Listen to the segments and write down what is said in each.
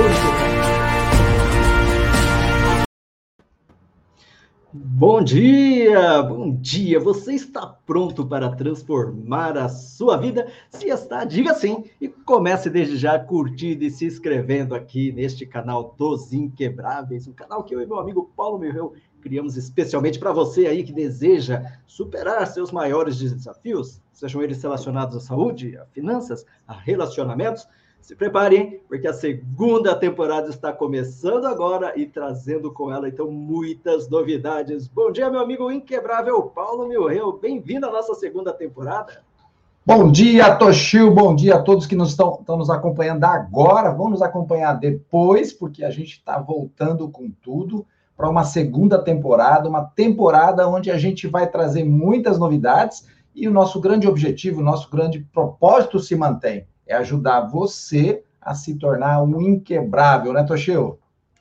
Bom dia, bom dia. Você está pronto para transformar a sua vida? Se está, diga sim e comece desde já curtindo e se inscrevendo aqui neste canal dos Inquebráveis, um canal que eu e meu amigo Paulo Mirreu criamos especialmente para você aí que deseja superar seus maiores desafios, sejam eles relacionados à saúde, a finanças, a relacionamentos. Se preparem, porque a segunda temporada está começando agora e trazendo com ela, então, muitas novidades. Bom dia, meu amigo inquebrável Paulo Milreu. Bem-vindo à nossa segunda temporada. Bom dia, Toshio. Bom dia a todos que estão nos acompanhando agora. Vão nos acompanhar depois, porque a gente está voltando com tudo para uma segunda temporada, uma temporada onde a gente vai trazer muitas novidades e o nosso grande objetivo, o nosso grande propósito se mantém. É ajudar você a se tornar um inquebrável, né, Toshio?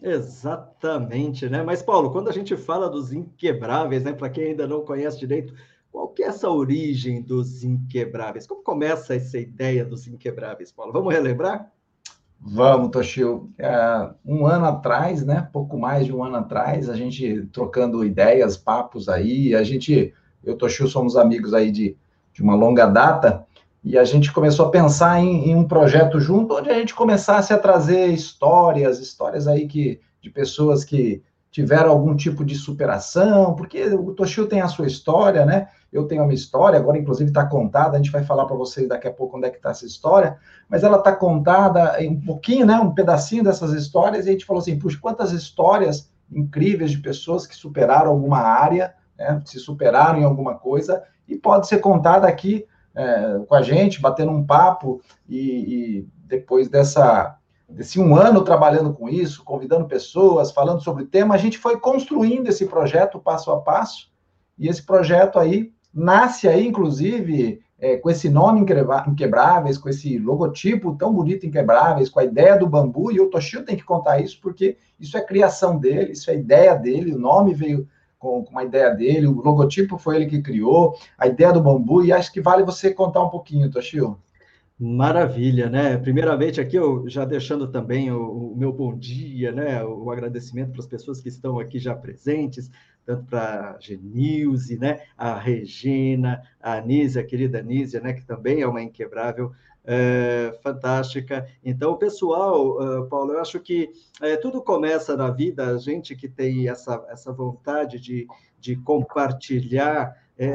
Exatamente, né? Mas, Paulo, quando a gente fala dos inquebráveis, né? Para quem ainda não conhece direito, qual que é essa origem dos inquebráveis? Como começa essa ideia dos inquebráveis, Paulo? Vamos relembrar? Vamos, Toshio. Um ano atrás, né? Pouco mais de um ano atrás, a gente trocando ideias, papos aí, eu e o Toshio somos amigos aí de uma longa data, e a gente começou a pensar em um projeto junto, onde a gente começasse a trazer histórias aí de pessoas que tiveram algum tipo de superação, porque o Toshio tem a sua história, né? Eu tenho a minha história, agora inclusive está contada, a gente vai falar para vocês daqui a pouco onde é que está essa história, mas ela está contada em um pouquinho, né, um pedacinho dessas histórias, e a gente falou assim, puxa, quantas histórias incríveis de pessoas que superaram alguma área, né, se superaram em alguma coisa, e pode ser contada aqui com a gente, batendo um papo, e depois desse um ano trabalhando com isso, convidando pessoas, falando sobre o tema, a gente foi construindo esse projeto passo a passo, e esse projeto aí nasce aí, inclusive, com esse nome Inquebráveis, com esse logotipo tão bonito Inquebráveis, com a ideia do bambu, e o Toshio tem que contar isso, porque isso é criação dele, isso é ideia dele, o nome veio com uma ideia dele, o logotipo foi ele que criou, a ideia do bambu, e acho que vale você contar um pouquinho, Toshio. Maravilha, né? Primeiramente, aqui eu já deixando também o meu bom dia, né? O agradecimento para as pessoas que estão aqui já presentes, tanto para a Genilze, né? A Regina, a Anísia, a querida Anísia, né? Que também é uma inquebrável fantástica. Então, pessoal, Paulo, eu acho que tudo começa na vida, a gente que tem essa vontade de compartilhar.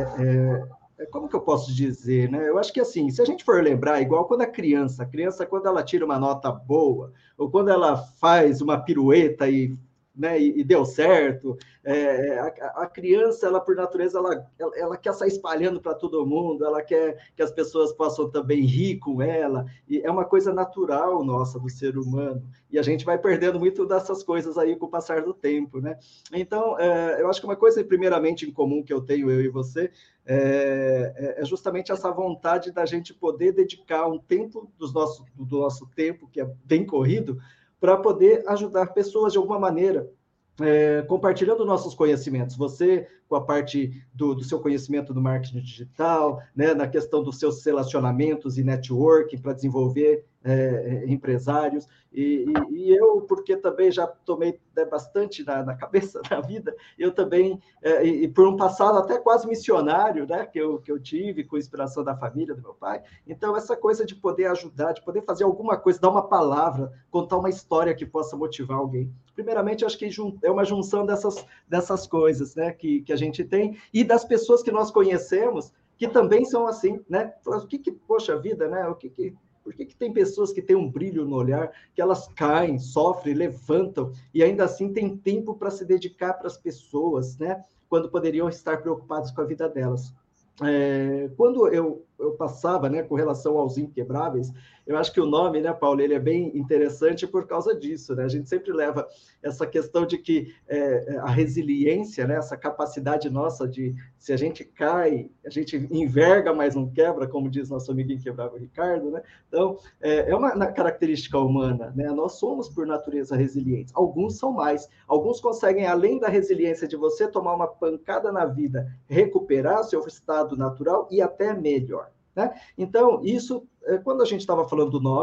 Como que eu posso dizer, né? Eu acho que assim, se a gente for lembrar, igual quando a criança quando ela tira uma nota boa, ou quando ela faz uma pirueta né, e deu certo, a criança, ela por natureza, ela quer sair espalhando para todo mundo, ela quer que as pessoas possam também rir com ela, e é uma coisa natural nossa, do ser humano, e a gente vai perdendo muito dessas coisas aí com o passar do tempo, né? Então, eu acho que uma coisa, primeiramente, em comum que eu tenho, eu e você, é justamente essa vontade da gente poder dedicar um tempo do nosso tempo, que é bem corrido, para poder ajudar pessoas de alguma maneira, compartilhando nossos conhecimentos. Você, com a parte do seu conhecimento do marketing digital, né, na questão dos seus relacionamentos e networking para desenvolver empresários, e eu, porque também já tomei bastante na cabeça da vida, eu também, e por um passado até quase missionário, né, que eu tive, com inspiração da família, do meu pai, então essa coisa de poder ajudar, de poder fazer alguma coisa, dar uma palavra, contar uma história que possa motivar alguém. Primeiramente, acho que é uma junção dessas coisas, né, que a gente tem, e das pessoas que nós conhecemos, que também são assim, né? Poxa vida, né? Por que tem pessoas que têm um brilho no olhar, que elas caem, sofrem, levantam, e ainda assim têm tempo para se dedicar para as pessoas, né? Quando poderiam estar preocupados com a vida delas. Quando eu passava, né, com relação aos inquebráveis, eu acho que o nome, né, Paulo, ele é bem interessante por causa disso, né? A gente sempre leva essa questão de que a resiliência, né, essa capacidade nossa de, se a gente cai, a gente enverga, mas não quebra, como diz nosso amigo inquebrável Ricardo, né? Então, é uma característica humana, né? Nós somos, por natureza, resilientes. Alguns são mais. Alguns conseguem, além da resiliência de você tomar uma pancada na vida, recuperar seu estado natural e até melhor, né? Então, isso, quando a gente estava falando do nome,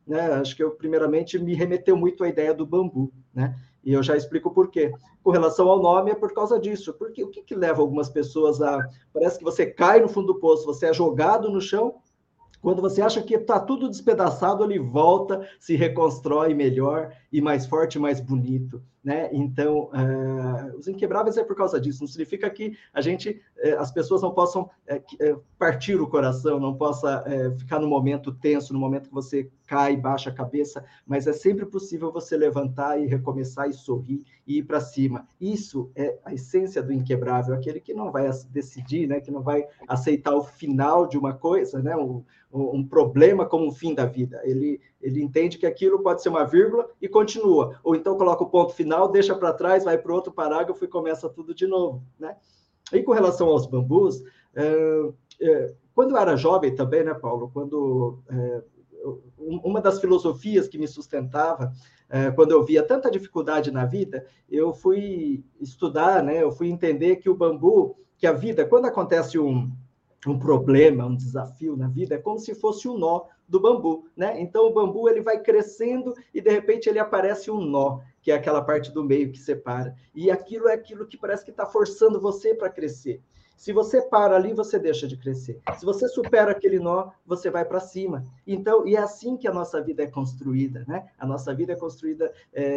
né? Acho que eu, primeiramente, me remeteu muito à ideia do bambu, né? E eu já explico por quê. Com relação ao nome, é por causa disso. Porque o que leva algumas pessoas a... Parece que você cai no fundo do poço, você é jogado no chão. Quando você acha que está tudo despedaçado, ele volta, se reconstrói melhor e mais forte, mais bonito, né? Então, os inquebráveis é por causa disso. Não significa que as pessoas não possam partir o coração, não possa ficar no momento tenso, no momento que você cai, baixa a cabeça, mas é sempre possível você levantar e recomeçar e sorrir e ir para cima. Isso é a essência do inquebrável, aquele que não vai decidir, né? Que não vai aceitar o final de uma coisa, né? Um problema como o fim da vida. Ele entende que aquilo pode ser uma vírgula e continua. Ou então coloca o ponto final, deixa para trás, vai para outro parágrafo e começa tudo de novo, né? E com relação aos bambus, quando eu era jovem também, né, Paulo? Uma das filosofias que me sustentava, quando eu via tanta dificuldade na vida, eu fui estudar, né? Eu fui entender que o bambu, que a vida, quando acontece um problema, um desafio na vida, é como se fosse um nó do bambu, né? Então o bambu ele vai crescendo e de repente ele aparece um nó, que é aquela parte do meio que separa. E aquilo é aquilo que parece que está forçando você para crescer. Se você para ali, você deixa de crescer. Se você supera aquele nó, você vai para cima. Então, e é assim que a nossa vida é construída, né? A nossa vida é construída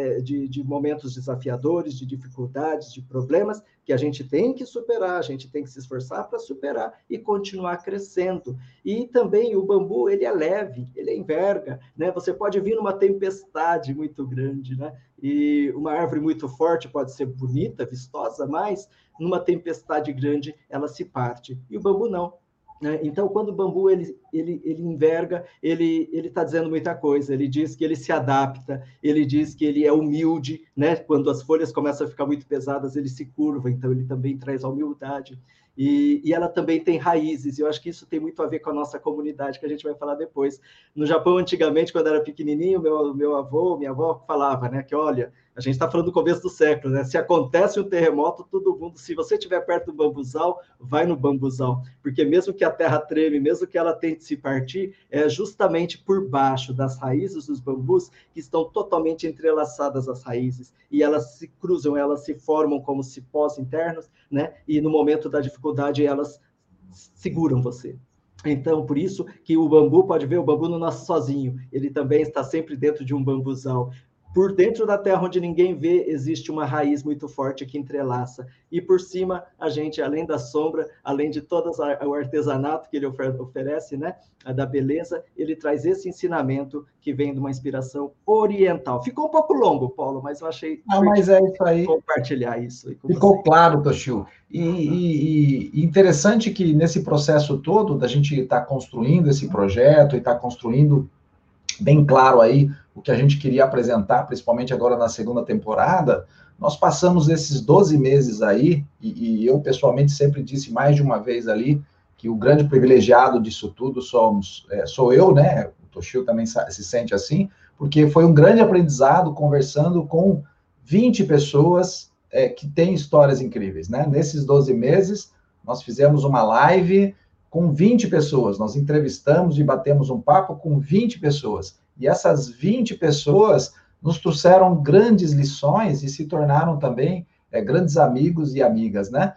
de momentos desafiadores, de dificuldades, de problemas, que a gente tem que superar, a gente tem que se esforçar para superar e continuar crescendo. E também o bambu, ele é leve, ele enverga, né? Você pode vir numa tempestade muito grande, né? E uma árvore muito forte pode ser bonita, vistosa, mas numa tempestade grande ela se parte. E o bambu não. Então, quando o bambu ele enverga, ele está dizendo muita coisa. Ele diz que ele se adapta, ele diz que ele é humilde, né? Quando as folhas começam a ficar muito pesadas, ele se curva, então ele também traz a humildade. E ela também tem raízes, e eu acho que isso tem muito a ver com a nossa comunidade, que a gente vai falar depois. No Japão, antigamente, quando eu era pequenininho, meu avô, minha avó falava, né, que olha, a gente está falando do começo do século, né? Se acontece um terremoto, todo mundo, se você estiver perto do bambuzal, vai no bambuzal, porque mesmo que a terra treme, mesmo que ela tente se partir, é justamente por baixo das raízes dos bambus que estão totalmente entrelaçadas as raízes, e elas se cruzam, elas se formam como cipós internos, né? E no momento da dificuldade, elas seguram você. Então, por isso que o bambu, pode ver, o bambu não nasce sozinho, ele também está sempre dentro de um bambuzal. Por dentro da terra, onde ninguém vê, existe uma raiz muito forte que entrelaça. E por cima, a gente, além da sombra, além de todo o artesanato que ele oferece, né, da beleza, ele traz esse ensinamento que vem de uma inspiração oriental. Ficou um pouco longo, Paulo, mas eu achei mas é isso aí. Compartilhar isso aí com Ficou você. claro, Toshio. E interessante que nesse processo todo, da gente estar construindo esse projeto e estar construindo bem claro aí o que a gente queria apresentar, principalmente agora na segunda temporada, nós passamos esses 12 meses aí, e eu pessoalmente sempre disse mais de uma vez ali, que o grande privilegiado disso tudo sou eu, né? O Toshio também se sente assim, porque foi um grande aprendizado conversando com 20 pessoas que têm histórias incríveis, né? Nesses 12 meses, nós fizemos uma live com 20 pessoas. Nós entrevistamos e batemos um papo com 20 pessoas. E essas 20 pessoas nos trouxeram grandes lições e se tornaram também grandes amigos e amigas, né?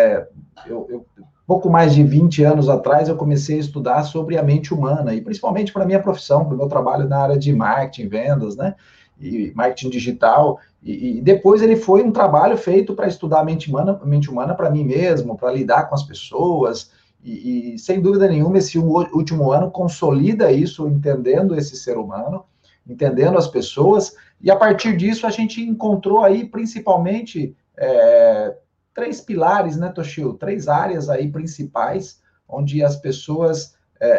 Pouco mais de 20 anos atrás, eu comecei a estudar sobre a mente humana, e principalmente para a minha profissão, para o meu trabalho na área de marketing, vendas, né? E marketing digital. E depois ele foi um trabalho feito para estudar a mente humana para mim mesmo, para lidar com as pessoas. E sem dúvida nenhuma, esse último ano consolida isso, entendendo esse ser humano, entendendo as pessoas, e a partir disso a gente encontrou aí principalmente 3 pilares, né, Toshio? 3 áreas aí principais, onde as pessoas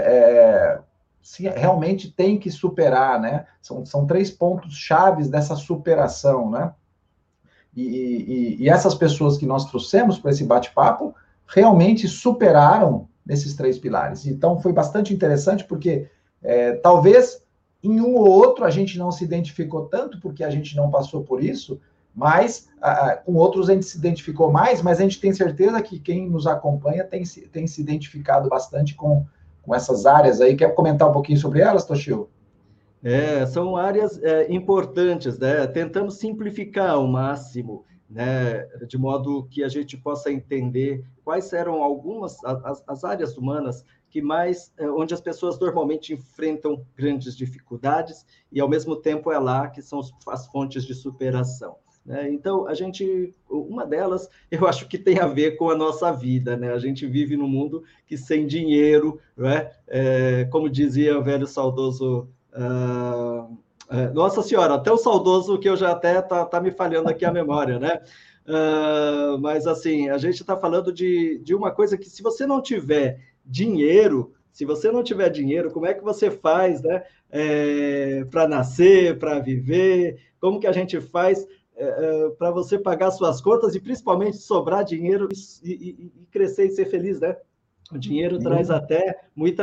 realmente têm que superar, né? São 3 pontos chaves dessa superação, né? E essas pessoas que nós trouxemos para esse bate-papo realmente superaram nesses 3 pilares. Então, foi bastante interessante, porque talvez em um ou outro a gente não se identificou tanto, porque a gente não passou por isso, mas com outros a gente se identificou mais, mas a gente tem certeza que quem nos acompanha tem se identificado bastante com essas áreas aí. Quer comentar um pouquinho sobre elas, Toshio? São áreas importantes, né? Tentamos simplificar ao máximo, né? De modo que a gente possa entender quais eram algumas as áreas humanas que mais, onde as pessoas normalmente enfrentam grandes dificuldades e ao mesmo tempo é lá que são as fontes de superação. Né? Então, uma delas, eu acho que tem a ver com a nossa vida, né? A gente vive num mundo que sem dinheiro, né? Como dizia o velho saudoso Nossa Senhora, até o saudoso que eu já até tá me falhando aqui a memória, né? Mas assim, a gente está falando de uma coisa que se você não tiver dinheiro, como é que você faz, né? Para nascer, para viver? Como que a gente faz para você pagar suas contas e principalmente sobrar dinheiro e crescer e ser feliz, né? O dinheiro traz até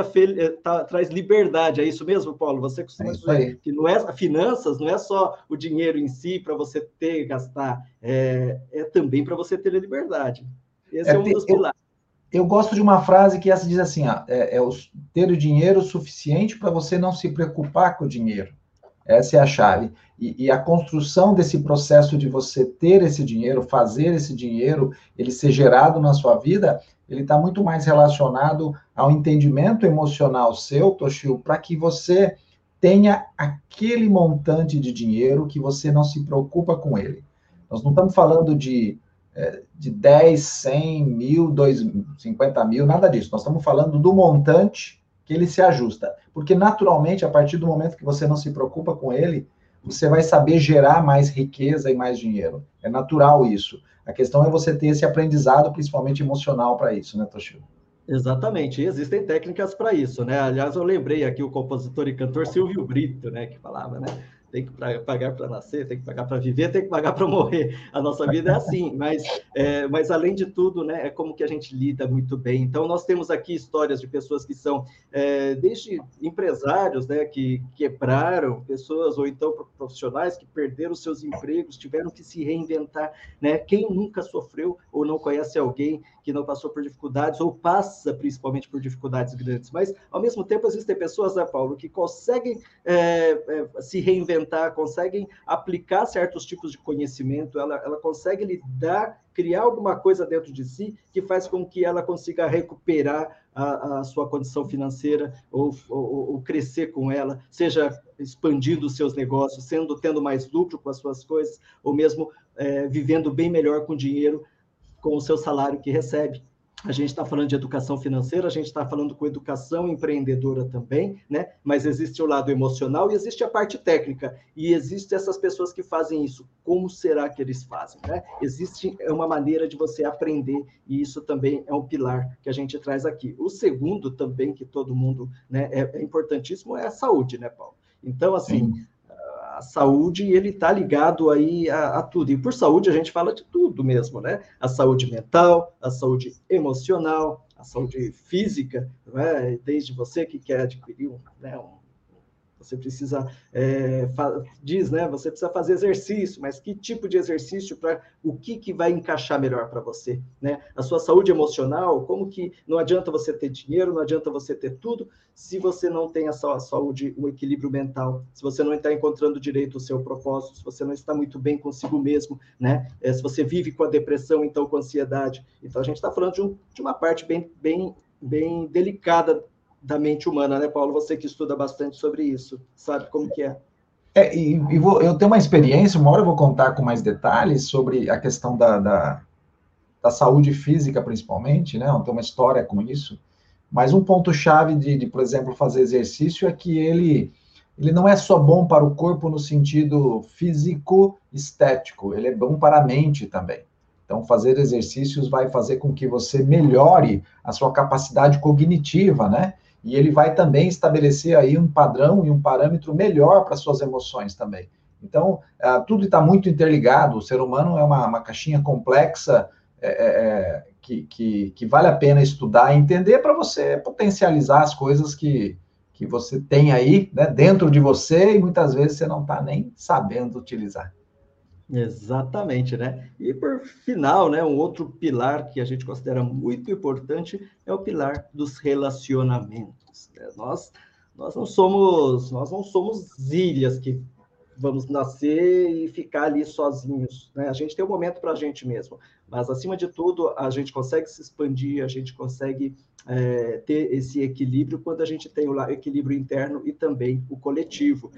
traz liberdade, é isso mesmo, Paulo? Você costuma dizer aí. que não é finanças, não é só o dinheiro em si para você ter e gastar, é também para você ter a liberdade. Esse é um dos pilares. Eu gosto de uma frase que essa diz assim: ter o dinheiro suficiente para você não se preocupar com o dinheiro. Essa é a chave. E a construção desse processo de você ter esse dinheiro, fazer esse dinheiro, ele ser gerado na sua vida, ele está muito mais relacionado ao entendimento emocional seu, Toshio, para que você tenha aquele montante de dinheiro que você não se preocupa com ele. Nós não estamos falando de 10, 100 mil, 2, 50 mil, nada disso. Nós estamos falando do montante que ele se ajusta. Porque, naturalmente, a partir do momento que você não se preocupa com ele, você vai saber gerar mais riqueza e mais dinheiro. É natural isso. A questão é você ter esse aprendizado, principalmente emocional, para isso, né, Toshio? Exatamente, e existem técnicas para isso, né? Aliás, eu lembrei aqui o compositor e cantor Silvio Brito, né, que falava, né? Tem que pagar para nascer, tem que pagar para viver, tem que pagar para morrer. A nossa vida é assim, mas além de tudo, né, é como que a gente lida muito bem. Então, nós temos aqui histórias de pessoas que são, desde empresários, né, que quebraram, pessoas, ou então profissionais que perderam seus empregos, tiveram que se reinventar, né? Quem nunca sofreu ou não conhece alguém que não passou por dificuldades, ou passa principalmente por dificuldades grandes. Mas, ao mesmo tempo, existem pessoas, né, Paulo, que conseguem se reinventar, conseguem aplicar certos tipos de conhecimento, ela consegue criar alguma coisa dentro de si que faz com que ela consiga recuperar a sua condição financeira ou crescer com ela, seja expandindo os seus negócios, tendo mais lucro com as suas coisas, ou mesmo vivendo bem melhor com dinheiro, com o seu salário que recebe. A gente está falando de educação financeira, a gente está falando com educação empreendedora também, né? Mas existe o lado emocional e existe a parte técnica. E existem essas pessoas que fazem isso. Como será que eles fazem, né? Existe uma maneira de você aprender e isso também é um pilar que a gente traz aqui. O segundo também, que todo mundo, né, é importantíssimo, é a saúde, né, Paulo? Então, assim, Sim. a saúde, ele está ligado aí a tudo. E por saúde a gente fala de tudo mesmo, né? A saúde mental, a saúde emocional, a saúde física, né? Desde você que quer adquirir você precisa, diz, né? Você precisa fazer exercício, mas que tipo de exercício para o que vai encaixar melhor para você, né? A sua saúde emocional, como que não adianta você ter dinheiro, não adianta você ter tudo, se você não tem a sua saúde, o equilíbrio mental, se você não está encontrando direito o seu propósito, se você não está muito bem consigo mesmo, né? Se você vive com a depressão, então com a ansiedade. Então a gente está falando de uma parte bem delicada da mente humana, né, Paulo? Você que estuda bastante sobre isso, sabe como que é. Eu tenho uma experiência, uma hora eu vou contar com mais detalhes sobre a questão da saúde física, principalmente, né? Eu tenho uma história com isso. Mas um ponto-chave por exemplo, fazer exercício é que ele não é só bom para o corpo no sentido físico, estético, ele é bom para a mente também. Então, fazer exercícios vai fazer com que você melhore a sua capacidade cognitiva, né? E ele vai também estabelecer aí um padrão e um parâmetro melhor para suas emoções também. Então, tudo está muito interligado. O ser humano é uma caixinha complexa, que vale a pena estudar e entender para você potencializar as coisas que você tem aí, né, dentro de você e muitas vezes você não está nem sabendo utilizar. Exatamente, né? E por final, né, um outro pilar que a gente considera muito importante é o pilar dos relacionamentos, né? Nós nós não somos ilhas que vamos nascer e ficar ali sozinhos, né? A gente tem um momento para a gente mesmo, mas acima de tudo a gente consegue se expandir, a gente consegue ter esse equilíbrio quando a gente tem o equilíbrio interno e também o coletivo.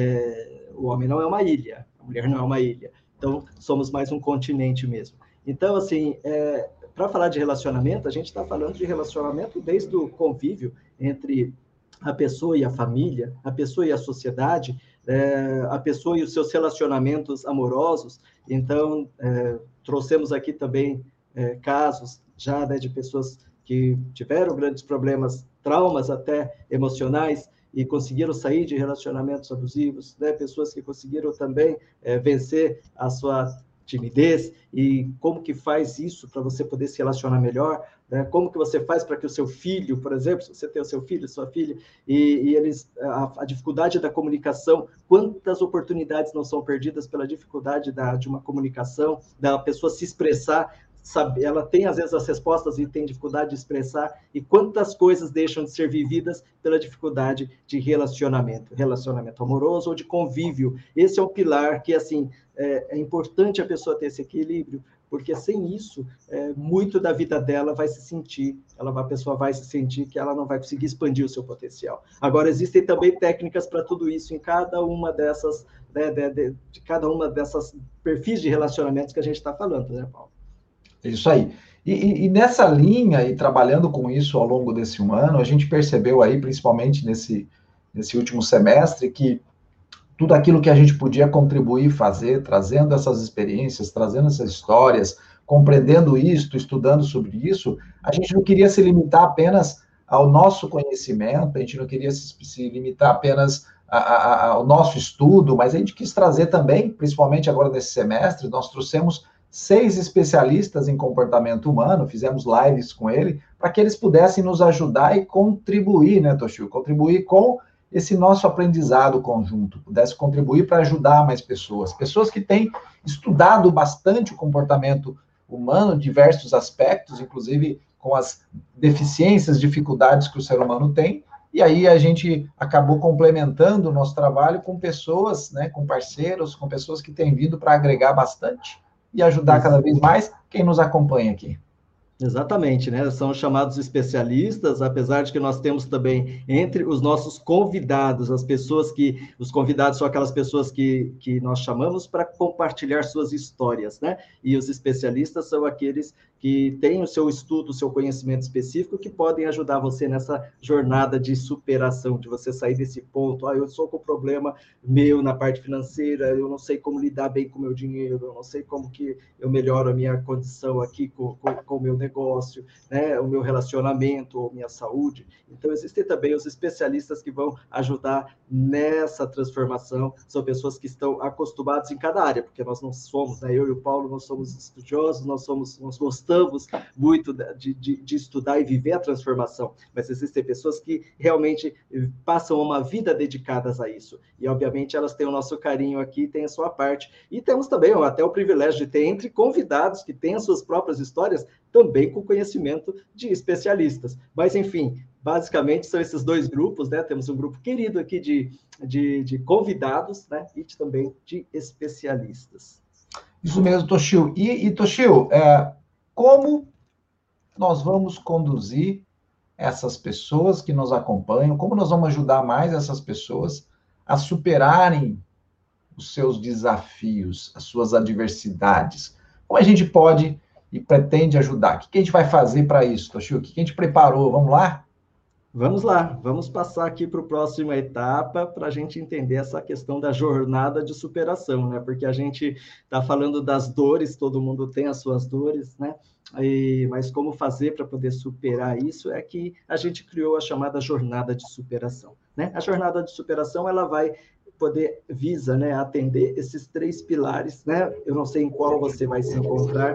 O homem não é uma ilha, a mulher não é uma ilha, então somos mais um continente mesmo. Então, assim, para falar de relacionamento, a gente está falando de relacionamento desde o convívio entre a pessoa e a família, a pessoa e a sociedade, a pessoa e os seus relacionamentos amorosos. Então, trouxemos aqui também casos já, né, de pessoas que tiveram grandes problemas, traumas até emocionais, e conseguiram sair de relacionamentos abusivos, né? Pessoas que conseguiram também vencer a sua timidez, e como que faz isso para você poder se relacionar melhor, né? Como que você faz para que o seu filho, por exemplo, se você tem o seu filho, sua filha, e eles, a dificuldade da comunicação, quantas oportunidades não são perdidas pela dificuldade de uma comunicação, da pessoa se expressar, sabe, ela tem às vezes as respostas e tem dificuldade de expressar, e quantas coisas deixam de ser vividas pela dificuldade de relacionamento amoroso ou de convívio. Esse é um pilar que, assim, é importante a pessoa ter esse equilíbrio, porque sem isso, muito da vida dela vai se sentir, a pessoa vai se sentir que ela não vai conseguir expandir o seu potencial. Agora, existem também técnicas para tudo isso em cada uma dessas, né, de cada uma dessas perfis de relacionamentos que a gente está falando, né, Paulo? Isso aí. E nessa linha, e trabalhando com isso ao longo desse um ano, a gente percebeu aí, principalmente nesse último semestre, que tudo aquilo que a gente podia contribuir, fazer, trazendo essas experiências, trazendo essas histórias, compreendendo isto, estudando sobre isso, a gente não queria se limitar apenas ao nosso conhecimento, a gente não queria se limitar apenas ao nosso estudo, mas a gente quis trazer também, principalmente agora nesse semestre, nós trouxemos 6 especialistas em comportamento humano, fizemos lives com ele, para que eles pudessem nos ajudar e contribuir, né, Toshio? Contribuir com esse nosso aprendizado conjunto, pudesse contribuir para ajudar mais pessoas. Pessoas que têm estudado bastante o comportamento humano, diversos aspectos, inclusive com as deficiências, dificuldades que o ser humano tem, e aí a gente acabou complementando o nosso trabalho com pessoas, né, com parceiros, com pessoas que têm vindo para agregar bastante e ajudar cada vez mais quem nos acompanha aqui. Exatamente, né? São chamados especialistas, apesar de que nós temos também entre os nossos convidados, os convidados são aquelas pessoas que nós chamamos para compartilhar suas histórias, né? E os especialistas são aqueles que têm o seu estudo, o seu conhecimento específico, que podem ajudar você nessa jornada de superação, de você sair desse ponto. Eu sou com problema meu na parte financeira, eu não sei como lidar bem com o meu dinheiro, eu não sei como que eu melhoro a minha condição aqui com o meu negócio, né, o meu relacionamento, ou minha saúde. Então, existem também os especialistas que vão ajudar nessa transformação, são pessoas que estão acostumadas em cada área, porque nós não somos, né, eu e o Paulo, nós somos estudiosos, nós gostamos muito de estudar e viver a transformação, mas existem pessoas que realmente passam uma vida dedicadas a isso, e obviamente elas têm o nosso carinho aqui, têm a sua parte, e temos também até o privilégio de ter entre convidados que têm as suas próprias histórias, também com conhecimento de especialistas. Mas, enfim, basicamente são esses dois grupos, né? Temos um grupo querido aqui de convidados, né? E também de especialistas. Isso mesmo, Toshio. E Toshio, como nós vamos conduzir essas pessoas que nos acompanham, como nós vamos ajudar mais essas pessoas a superarem os seus desafios, as suas adversidades? Como a gente pode e pretende ajudar? O que a gente vai fazer para isso, Toshio? O que a gente preparou? Vamos lá? Vamos lá, vamos passar aqui para a próxima etapa para a gente entender essa questão da jornada de superação, né? Porque a gente está falando das dores, todo mundo tem as suas dores, né? Mas como fazer para poder superar isso é que a gente criou a chamada jornada de superação, né? A jornada de superação, ela vai visa, né, atender esses 3 pilares, né? Eu não sei em qual você vai se encontrar,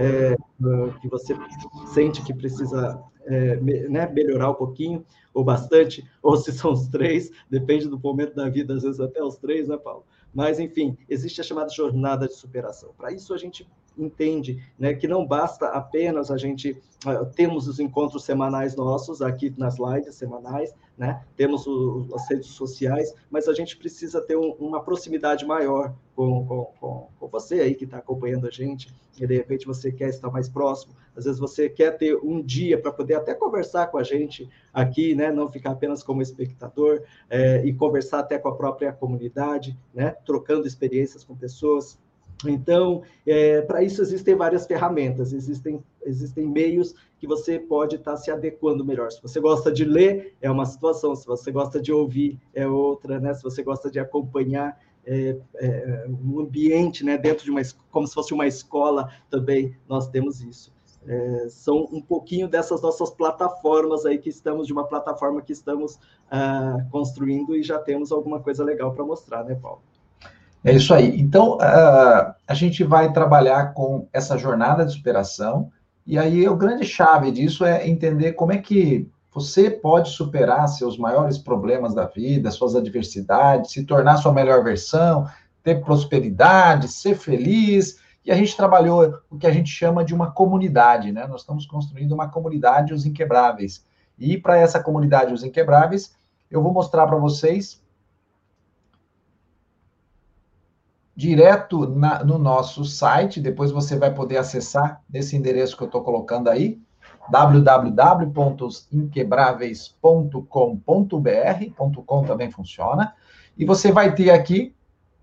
que você sente que precisa né, melhorar um pouquinho, ou bastante, ou se são os 3, depende do momento da vida, às vezes até os 3, né, Paulo? Mas, enfim, existe a chamada jornada de superação. Para isso, a gente entende, né, que não basta apenas a gente temos os encontros semanais nossos aqui nas lives semanais, né, temos as redes sociais, mas a gente precisa ter uma proximidade maior com você aí que está acompanhando a gente, e de repente você quer estar mais próximo, às vezes você quer ter um dia para poder até conversar com a gente aqui, né, não ficar apenas como espectador, e conversar até com a própria comunidade, né, trocando experiências com pessoas. Então, para isso existem várias ferramentas, existem meios que você pode estar se adequando melhor. Se você gosta de ler, é uma situação, se você gosta de ouvir, é outra, né? Se você gosta de acompanhar um ambiente, né, dentro de como se fosse uma escola, também nós temos isso. São um pouquinho dessas nossas plataformas aí, de uma plataforma que estamos construindo e já temos alguma coisa legal para mostrar, né, Paulo? É isso aí. Então, a gente vai trabalhar com essa jornada de superação, e aí a grande chave disso é entender como é que você pode superar seus maiores problemas da vida, suas adversidades, se tornar sua melhor versão, ter prosperidade, ser feliz. E a gente trabalhou o que a gente chama de uma comunidade, né? Nós estamos construindo uma comunidade, os Inquebráveis. E para essa comunidade, os Inquebráveis, eu vou mostrar para vocês direto no nosso site, depois você vai poder acessar nesse endereço que eu estou colocando aí, www.inquebráveis.com.br, .com também funciona, e você vai ter aqui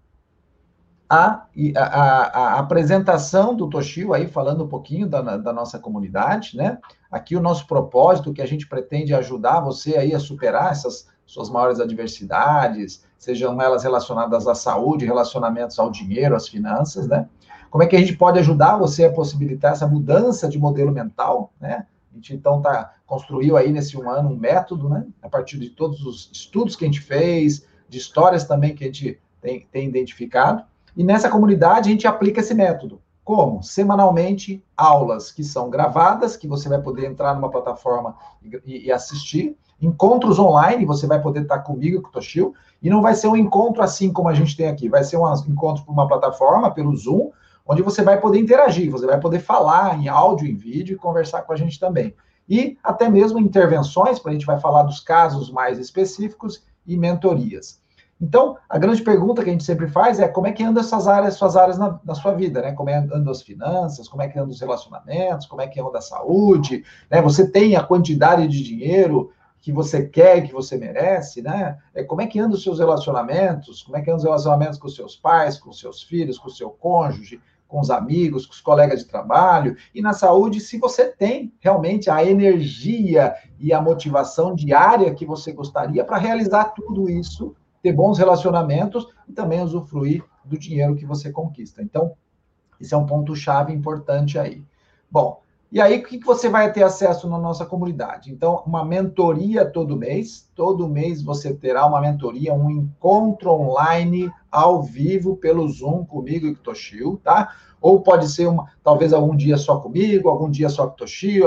a apresentação do Toshio aí, falando um pouquinho da nossa comunidade, né? Aqui o nosso propósito, que a gente pretende ajudar você aí a superar essas suas maiores adversidades, sejam elas relacionadas à saúde, relacionamentos ao dinheiro, às finanças, né? Como é que a gente pode ajudar você a possibilitar essa mudança de modelo mental, né? A gente, então, construiu aí nesse um ano um método, né? A partir de todos os estudos que a gente fez, de histórias também que a gente tem identificado. E nessa comunidade a gente aplica esse método. Como? Semanalmente, aulas que são gravadas, que você vai poder entrar numa plataforma e assistir. Encontros online, você vai poder estar comigo, com o Toshio, e não vai ser um encontro assim como a gente tem aqui. Vai ser um encontro por uma plataforma, pelo Zoom, onde você vai poder interagir, você vai poder falar em áudio, em vídeo e conversar com a gente também. E até mesmo intervenções, para a gente vai falar dos casos mais específicos e mentorias. Então, a grande pergunta que a gente sempre faz é como é que andam suas áreas na sua vida, né? Como é que andam as finanças, como é que andam os relacionamentos, como é que anda a saúde, né? Você tem a quantidade de dinheiro que você quer, que você merece, né? Como é que andam os seus relacionamentos, como é que andam os relacionamentos com os seus pais, com os seus filhos, com o seu cônjuge, com os amigos, com os colegas de trabalho, e na saúde, se você tem realmente a energia e a motivação diária que você gostaria para realizar tudo isso, ter bons relacionamentos e também usufruir do dinheiro que você conquista. Então, esse é um ponto-chave importante aí. Bom, e aí o que você vai ter acesso na nossa comunidade? Então, uma mentoria todo mês você terá uma mentoria, um encontro online, ao vivo, pelo Zoom, comigo e com o Toshio, tá? Ou pode ser, talvez algum dia só comigo, algum dia só com o Toshio,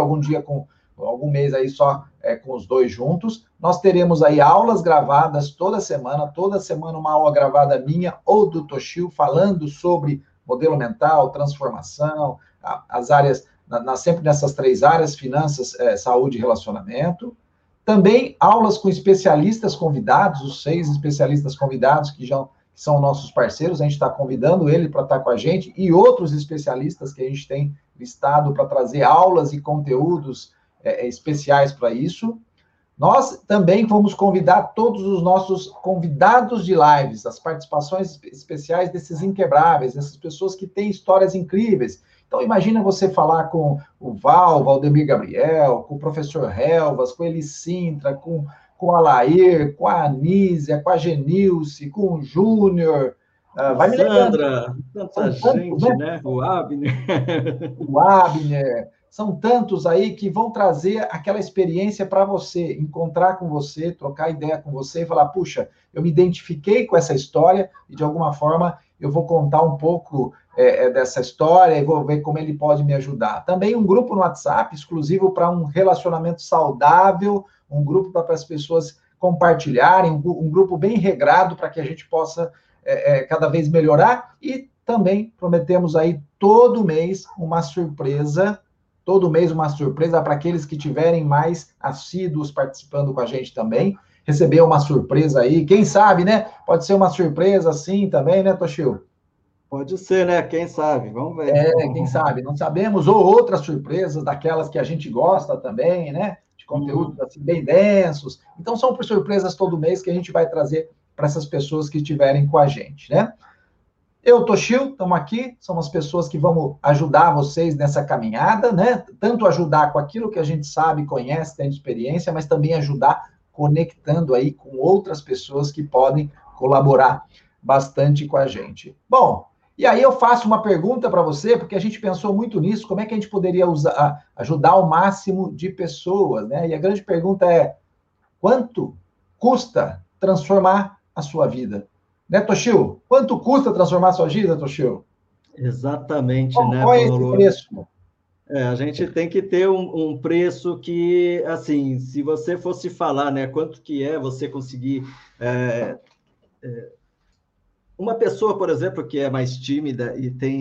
algum mês aí só com os dois juntos. Nós teremos aí aulas gravadas toda semana uma aula gravada minha ou do Toshio, falando sobre modelo mental, transformação, as áreas, sempre nessas três áreas, finanças, saúde e relacionamento. Também aulas com especialistas convidados, os 6 especialistas convidados que são nossos parceiros, a gente está convidando ele para estar com a gente, e outros especialistas que a gente tem listado para trazer aulas e conteúdos especiais para isso. Nós também vamos convidar todos os nossos convidados de lives, as participações especiais desses inquebráveis, dessas pessoas que têm histórias incríveis. Então, imagina você falar com o Valdemir Gabriel, com o professor Helvas, com Eli Sintra, com o Alair, com a Anísia, com a Genilce, com o Júnior. Vai me Sandra, tanta gente, né? O Abner. São tantos aí que vão trazer aquela experiência para você, encontrar com você, trocar ideia com você e falar, puxa, eu me identifiquei com essa história e, de alguma forma, eu vou contar um pouco dessa história e vou ver como ele pode me ajudar. Também um grupo no WhatsApp exclusivo para um relacionamento saudável, um grupo para as pessoas compartilharem, um grupo bem regrado para que a gente possa cada vez melhorar, e também prometemos aí todo mês uma surpresa, para aqueles que tiverem mais assíduos participando com a gente também, receber uma surpresa aí, quem sabe, né? Pode ser uma surpresa assim também, né, Toshio? Pode ser, né? Quem sabe? Vamos ver. É, quem sabe, não sabemos, ou outras surpresas daquelas que a gente gosta também, né? De conteúdos assim, bem densos. Então, são surpresas todo mês que a gente vai trazer para essas pessoas que estiverem com a gente, né? Eu, Toshio, estamos aqui, somos pessoas que vamos ajudar vocês nessa caminhada, né? Tanto ajudar com aquilo que a gente sabe, conhece, tem experiência, mas também ajudar conectando aí com outras pessoas que podem colaborar bastante com a gente. Bom, e aí eu faço uma pergunta para você, porque a gente pensou muito nisso, como é que a gente poderia ajudar o máximo de pessoas, né? E a grande pergunta é, quanto custa transformar a sua vida? Né, Toshio? Quanto custa transformar a sua vida, Toshio? Exatamente, né, Qual é esse Paulo? preço? A gente tem que ter um preço que, assim, se você fosse falar, né, quanto que é você conseguir uma pessoa, por exemplo, que é mais tímida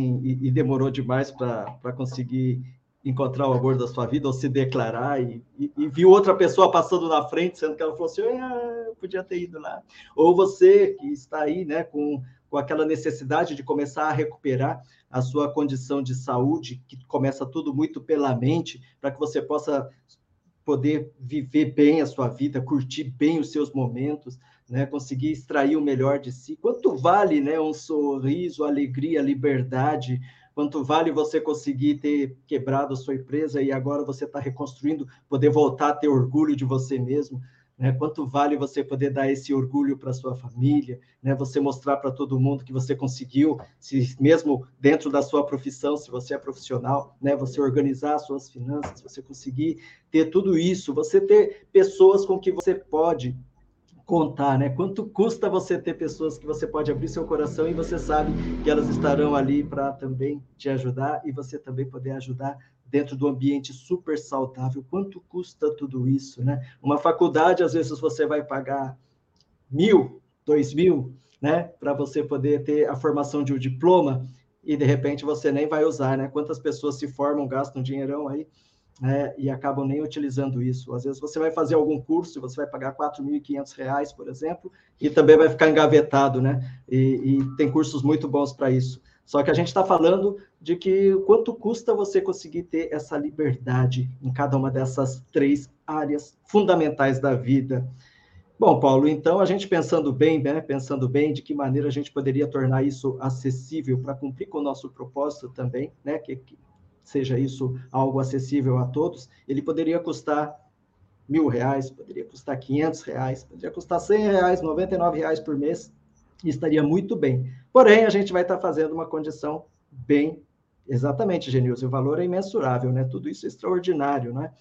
e demorou demais para conseguir encontrar o amor da sua vida ou se declarar e viu outra pessoa passando na frente, sendo que ela falou assim, eu podia ter ido lá. Ou você que está aí, né, com aquela necessidade de começar a recuperar a sua condição de saúde, que começa tudo muito pela mente, para que você possa poder viver bem a sua vida, curtir bem os seus momentos, né? Conseguir extrair o melhor de si. Quanto vale, né, um sorriso, alegria, liberdade? Quanto vale você conseguir ter quebrado a sua empresa e agora você está reconstruindo, poder voltar a ter orgulho de você mesmo? Né? Quanto vale você poder dar esse orgulho para sua família, né? Você mostrar para todo mundo que você conseguiu, se mesmo dentro da sua profissão, se você é profissional, né? Você organizar as suas finanças, você conseguir ter tudo isso, você ter pessoas com que você pode contar, né? Quanto custa você ter pessoas que você pode abrir seu coração e você sabe que elas estarão ali para também te ajudar e você também poder ajudar dentro do ambiente super saudável. Quanto custa tudo isso, né? Uma faculdade, às vezes, você vai pagar 1.000, 2.000, né? Para você poder ter a formação de um diploma e, de repente, você nem vai usar, né? Quantas pessoas se formam, gastam dinheirão aí, e acabam nem utilizando isso. Às vezes você vai fazer algum curso, você vai pagar R$ 4.500, por exemplo, e também vai ficar engavetado, né? E tem cursos muito bons para isso. Só que a gente está falando de que quanto custa você conseguir ter essa liberdade em cada uma dessas 3 áreas fundamentais da vida. Bom, Paulo, então a gente pensando bem, né, pensando bem de que maneira a gente poderia tornar isso acessível para cumprir com o nosso propósito também, né, que seja isso algo acessível a todos, ele poderia custar R$ 1.000, poderia custar R$ 500, poderia custar R$ 100, R$ 99 por mês, e estaria muito bem. Porém, a gente vai estar fazendo uma condição bem, exatamente, Genilson, o valor é imensurável, né? Tudo isso é extraordinário, né?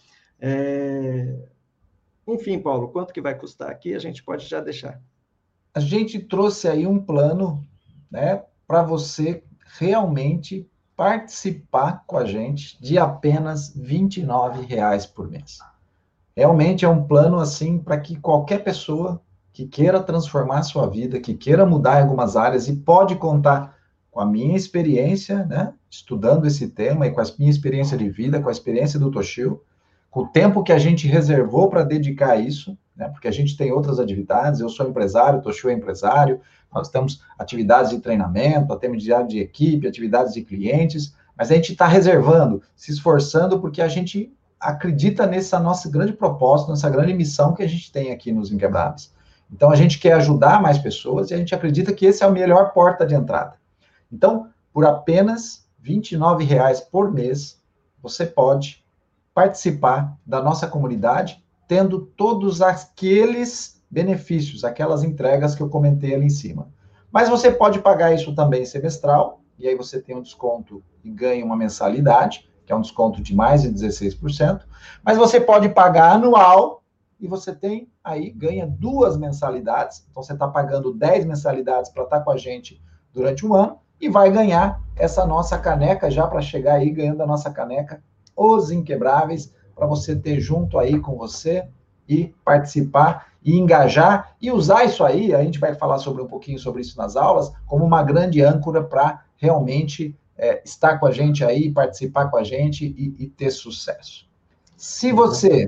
Enfim, Paulo, quanto que vai custar aqui? A gente pode já deixar. A gente trouxe aí um plano, né, para você realmente participar com a gente de apenas R$ 29 por mês. Realmente é um plano assim para que qualquer pessoa que queira transformar a sua vida, que queira mudar em algumas áreas e pode contar com a minha experiência, né, estudando esse tema e com a minha experiência de vida, com a experiência do Toshio, com o tempo que a gente reservou para dedicar a isso, né, porque a gente tem outras atividades, eu sou empresário, o Toshio é empresário, nós temos atividades de treinamento, atividade de equipe, atividades de clientes, mas a gente está reservando, se esforçando, porque a gente acredita nessa nossa grande propósito, nessa grande missão que a gente tem aqui nos Inquebráveis. Então, a gente quer ajudar mais pessoas e a gente acredita que esse é a melhor porta de entrada. Então, por apenas R$ 29 por mês, você pode participar da nossa comunidade, tendo todos aqueles benefícios, aquelas entregas que eu comentei ali em cima. Mas você pode pagar isso também semestral, e aí você tem um desconto e ganha uma mensalidade, que é um desconto de mais de 16%, mas você pode pagar anual, e você tem aí, ganha 2 mensalidades, então você está pagando 10 mensalidades para estar com a gente durante um ano, e vai ganhar essa nossa caneca, já para chegar aí ganhando a nossa caneca, Os Inquebráveis, para você ter junto aí com você e participar e engajar e usar isso aí, a gente vai falar um pouquinho sobre isso nas aulas, como uma grande âncora para realmente estar com a gente aí, participar com a gente e ter sucesso. Se você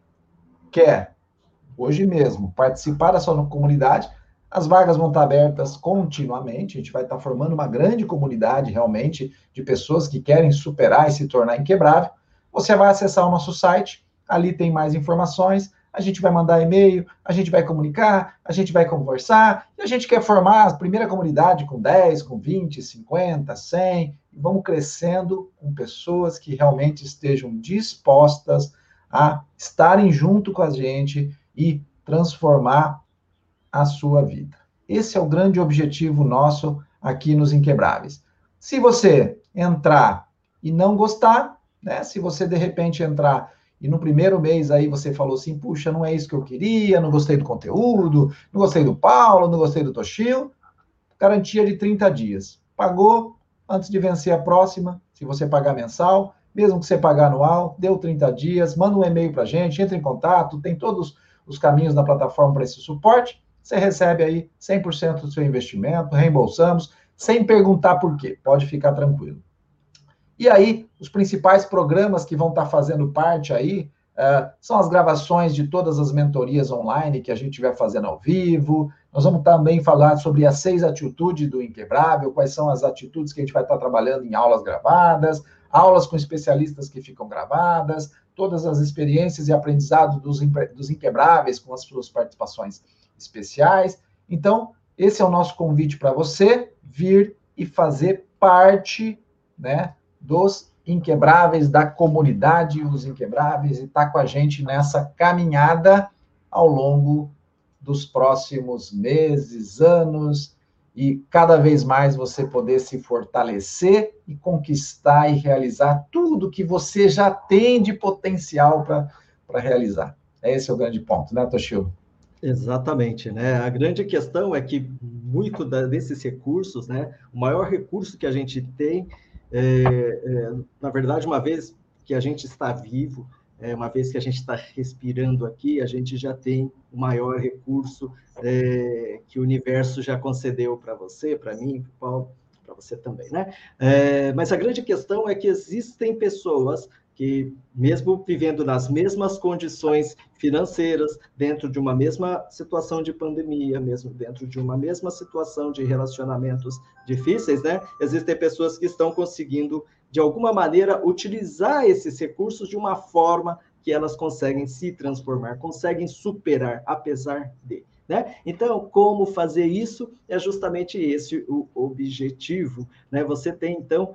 quer, hoje mesmo, participar da sua comunidade, as vagas vão estar abertas continuamente, a gente vai estar formando uma grande comunidade, realmente, de pessoas que querem superar e se tornar inquebrável. Você vai acessar o nosso site, ali tem mais informações, a gente vai mandar e-mail, a gente vai comunicar, a gente vai conversar, e a gente quer formar a primeira comunidade com 10, com 20, 50, 100, e vamos crescendo com pessoas que realmente estejam dispostas a estarem junto com a gente e transformar a sua vida. Esse é o grande objetivo nosso aqui nos Inquebráveis. Se você entrar e não gostar, né? Se você de repente entrar e no primeiro mês aí você falou assim, puxa, não é isso que eu queria, não gostei do conteúdo, não gostei do Paulo, não gostei do Toshio, garantia de 30 dias. Pagou, antes de vencer a próxima, se você pagar mensal, mesmo que você pagar anual, deu 30 dias, manda um e-mail para a gente, entra em contato, tem todos os caminhos na plataforma para esse suporte, você recebe aí 100% do seu investimento, reembolsamos, sem perguntar por quê, pode ficar tranquilo. E aí, os principais programas que vão estar fazendo parte aí são as gravações de todas as mentorias online que a gente vai fazendo ao vivo. Nós vamos também falar sobre as 6 atitudes do Inquebrável, quais são as atitudes que a gente vai estar trabalhando em aulas gravadas, aulas com especialistas que ficam gravadas, todas as experiências e aprendizados dos Inquebráveis com as suas participações especiais. Então, esse é o nosso convite para você vir e fazer parte, né, dos Inquebráveis, da comunidade Os Inquebráveis, e estar com a gente nessa caminhada ao longo dos próximos meses, anos, e cada vez mais você poder se fortalecer e conquistar e realizar tudo que você já tem de potencial para realizar. Esse é o grande ponto, né, Toshio? Exatamente, né? A grande questão é que muito desses recursos, né? O maior recurso que a gente tem na verdade, uma vez que a gente está vivo, uma vez que a gente está respirando aqui, a gente já tem o maior recurso que o universo já concedeu para você, para mim, para o Paulo, para você também, né? Mas a grande questão é que existem pessoas que, mesmo vivendo nas mesmas condições financeiras, dentro de uma mesma situação de pandemia, mesmo dentro de uma mesma situação de relacionamentos difíceis, né? Existem pessoas que estão conseguindo, de alguma maneira, utilizar esses recursos de uma forma que elas conseguem se transformar, conseguem superar, apesar de. Né? Então, como fazer isso é justamente esse o objetivo. Né? Você tem, então,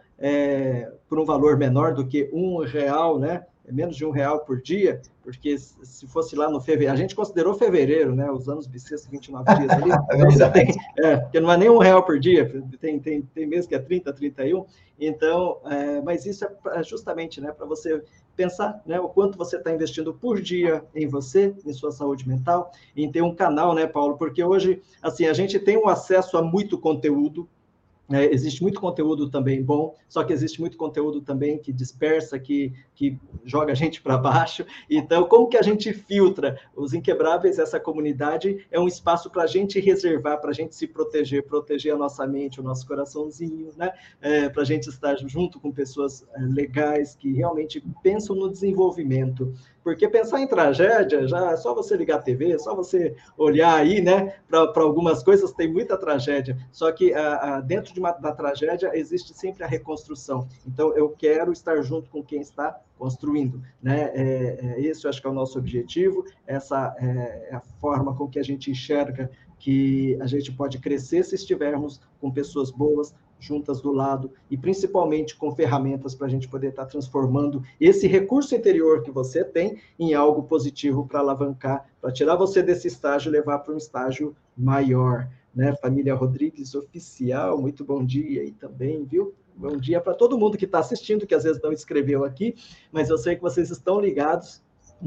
por um valor menor do que R$1, né? Menos de R$1 por dia, porque se fosse lá no fevereiro, a gente considerou fevereiro, né? Os anos bissextos, 29 dias ali, então você tem, porque não é nem R$1 por dia, tem mês que é 30, 31, então, mas isso é justamente, né, para você pensar, né, o quanto você está investindo por dia em você, em sua saúde mental, em ter um canal, né, Paulo, porque hoje, assim, a gente tem um acesso a muito conteúdo, existe muito conteúdo também bom, só que existe muito conteúdo também que dispersa, que joga a gente para baixo. Então, como que a gente filtra? Os Inquebráveis, essa comunidade, é um espaço para a gente reservar, para a gente se proteger a nossa mente, o nosso coraçãozinho, né? Para a gente estar junto com pessoas legais, que realmente pensam no desenvolvimento. Porque pensar em tragédia, já é só você ligar a TV, é só você olhar aí, né, para algumas coisas, tem muita tragédia. Só que dentro da tragédia existe sempre a reconstrução. Então, eu quero estar junto com quem está construindo. Né? Esse eu acho que é o nosso objetivo, essa é a forma com que a gente enxerga que a gente pode crescer se estivermos com pessoas boas, juntas do lado, e principalmente com ferramentas para a gente poder estar transformando esse recurso interior que você tem em algo positivo para alavancar, para tirar você desse estágio e levar para um estágio maior. Né? Família Rodrigues Oficial, muito bom dia aí também, viu? Bom dia para todo mundo que está assistindo, que às vezes não escreveu aqui, mas eu sei que vocês estão ligados.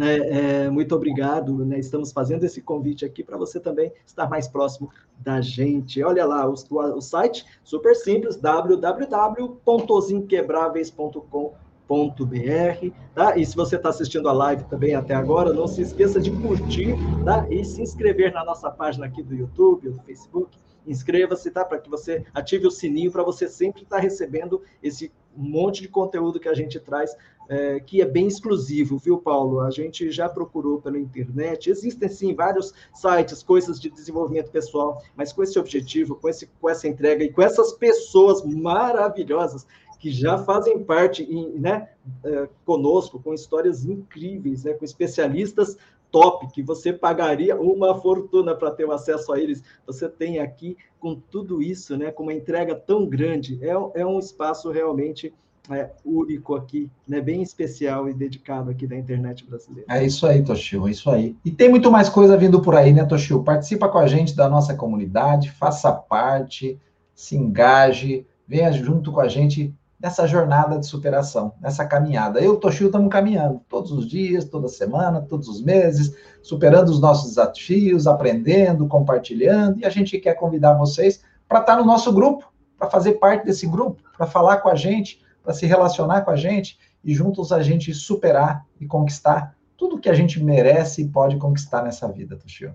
Muito obrigado, né? Estamos fazendo esse convite aqui para você também estar mais próximo da gente. Olha lá, o site, super simples, www.osinquebráveis.com.br, tá? E se você está assistindo a live também até agora, não se esqueça de curtir, tá? E se inscrever na nossa página aqui do YouTube, do Facebook, inscreva-se, tá? Para que você ative o sininho, para você sempre estar recebendo esse monte de conteúdo que a gente traz, que é bem exclusivo, viu, Paulo? A gente já procurou pela internet, existem sim vários sites, coisas de desenvolvimento pessoal, mas com esse objetivo, com essa entrega e com essas pessoas maravilhosas que já fazem parte, né, conosco, com histórias incríveis, né, com especialistas top, que você pagaria uma fortuna para ter acesso a eles. Você tem aqui com tudo isso, né, com uma entrega tão grande. É um espaço realmente único aqui, né, bem especial e dedicado aqui da internet brasileira. É isso aí, Toshio, é isso aí. E tem muito mais coisa vindo por aí, né, Toshio? Participa com a gente da nossa comunidade, faça parte, se engaje, venha junto com a gente nessa jornada de superação, nessa caminhada. Eu e o Toshio estamos caminhando todos os dias, toda semana, todos os meses, superando os nossos desafios, aprendendo, compartilhando, e a gente quer convidar vocês para estar no nosso grupo, para fazer parte desse grupo, para falar com a gente, para se relacionar com a gente, e juntos a gente superar e conquistar tudo que a gente merece e pode conquistar nessa vida, Toshio.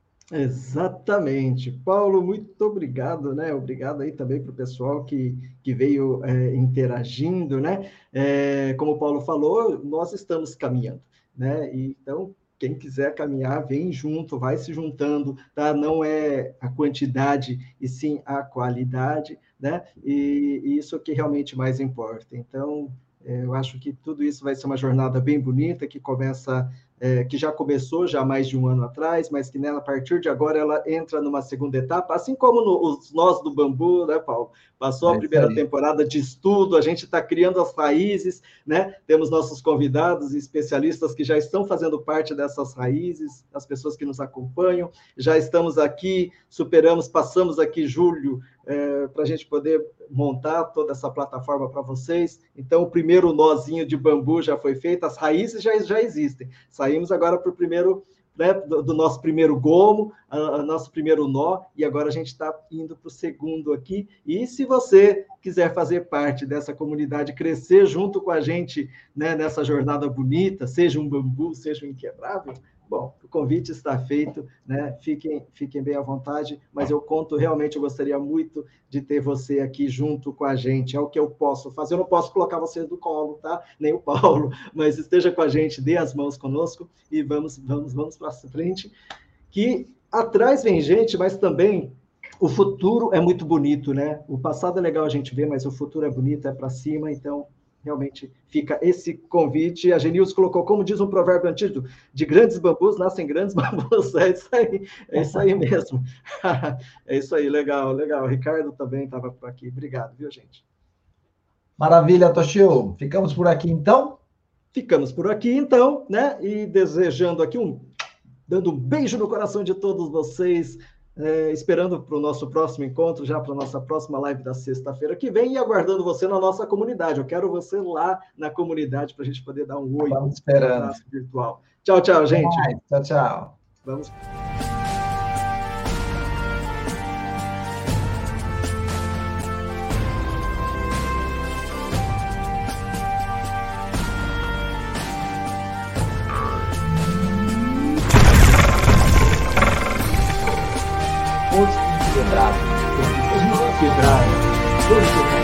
Exatamente. Paulo, muito obrigado, né? Obrigado aí também para o pessoal que veio interagindo, né? Como o Paulo falou, nós estamos caminhando, né? Então, quem quiser caminhar, vem junto, vai se juntando, tá? Não é a quantidade, e sim a qualidade, né? E isso que realmente mais importa. Então, eu acho que tudo isso vai ser uma jornada bem bonita, que começa... que já começou já há mais de um ano atrás, mas que a partir de agora ela entra numa segunda etapa, assim como os Nós do Bambu, né, Paulo? Passou a primeira temporada de estudo, a gente está criando as raízes, né? Temos nossos convidados e especialistas que já estão fazendo parte dessas raízes, as pessoas que nos acompanham, já estamos aqui, passamos aqui julho, para a gente poder montar toda essa plataforma para vocês. Então, o primeiro nozinho de bambu já foi feito, as raízes já existem. Saímos agora para o primeiro, né, do nosso primeiro gomo, nosso primeiro nó, e agora a gente está indo para o segundo aqui. E se você quiser fazer parte dessa comunidade, crescer junto com a gente, né, nessa jornada bonita, seja um bambu, seja um inquebrável, bom, o convite está feito, né? Fiquem bem à vontade, mas eu gostaria muito de ter você aqui junto com a gente, é o que eu posso fazer, eu não posso colocar você do colo, tá? Nem o Paulo, mas esteja com a gente, dê as mãos conosco e vamos para frente, que atrás vem gente, mas também o futuro é muito bonito, né? O passado é legal a gente ver, mas o futuro é bonito, é para cima, então... Realmente fica esse convite. A Genilson colocou, como diz um provérbio antigo, de grandes bambus nascem grandes bambus. É isso aí mesmo. É isso aí, legal. O Ricardo também estava por aqui. Obrigado, viu, gente? Maravilha, Toshio. Ficamos por aqui, então? Ficamos por aqui, então, né? E desejando aqui dando um beijo no coração de todos vocês, esperando para o nosso próximo encontro, já para a nossa próxima live da sexta-feira que vem, e aguardando você na nossa comunidade. Eu quero você lá na comunidade para a gente poder dar um oi, Vamos esperando. Virtual. Tchau, gente. Tchau. Vamos. Quebrado.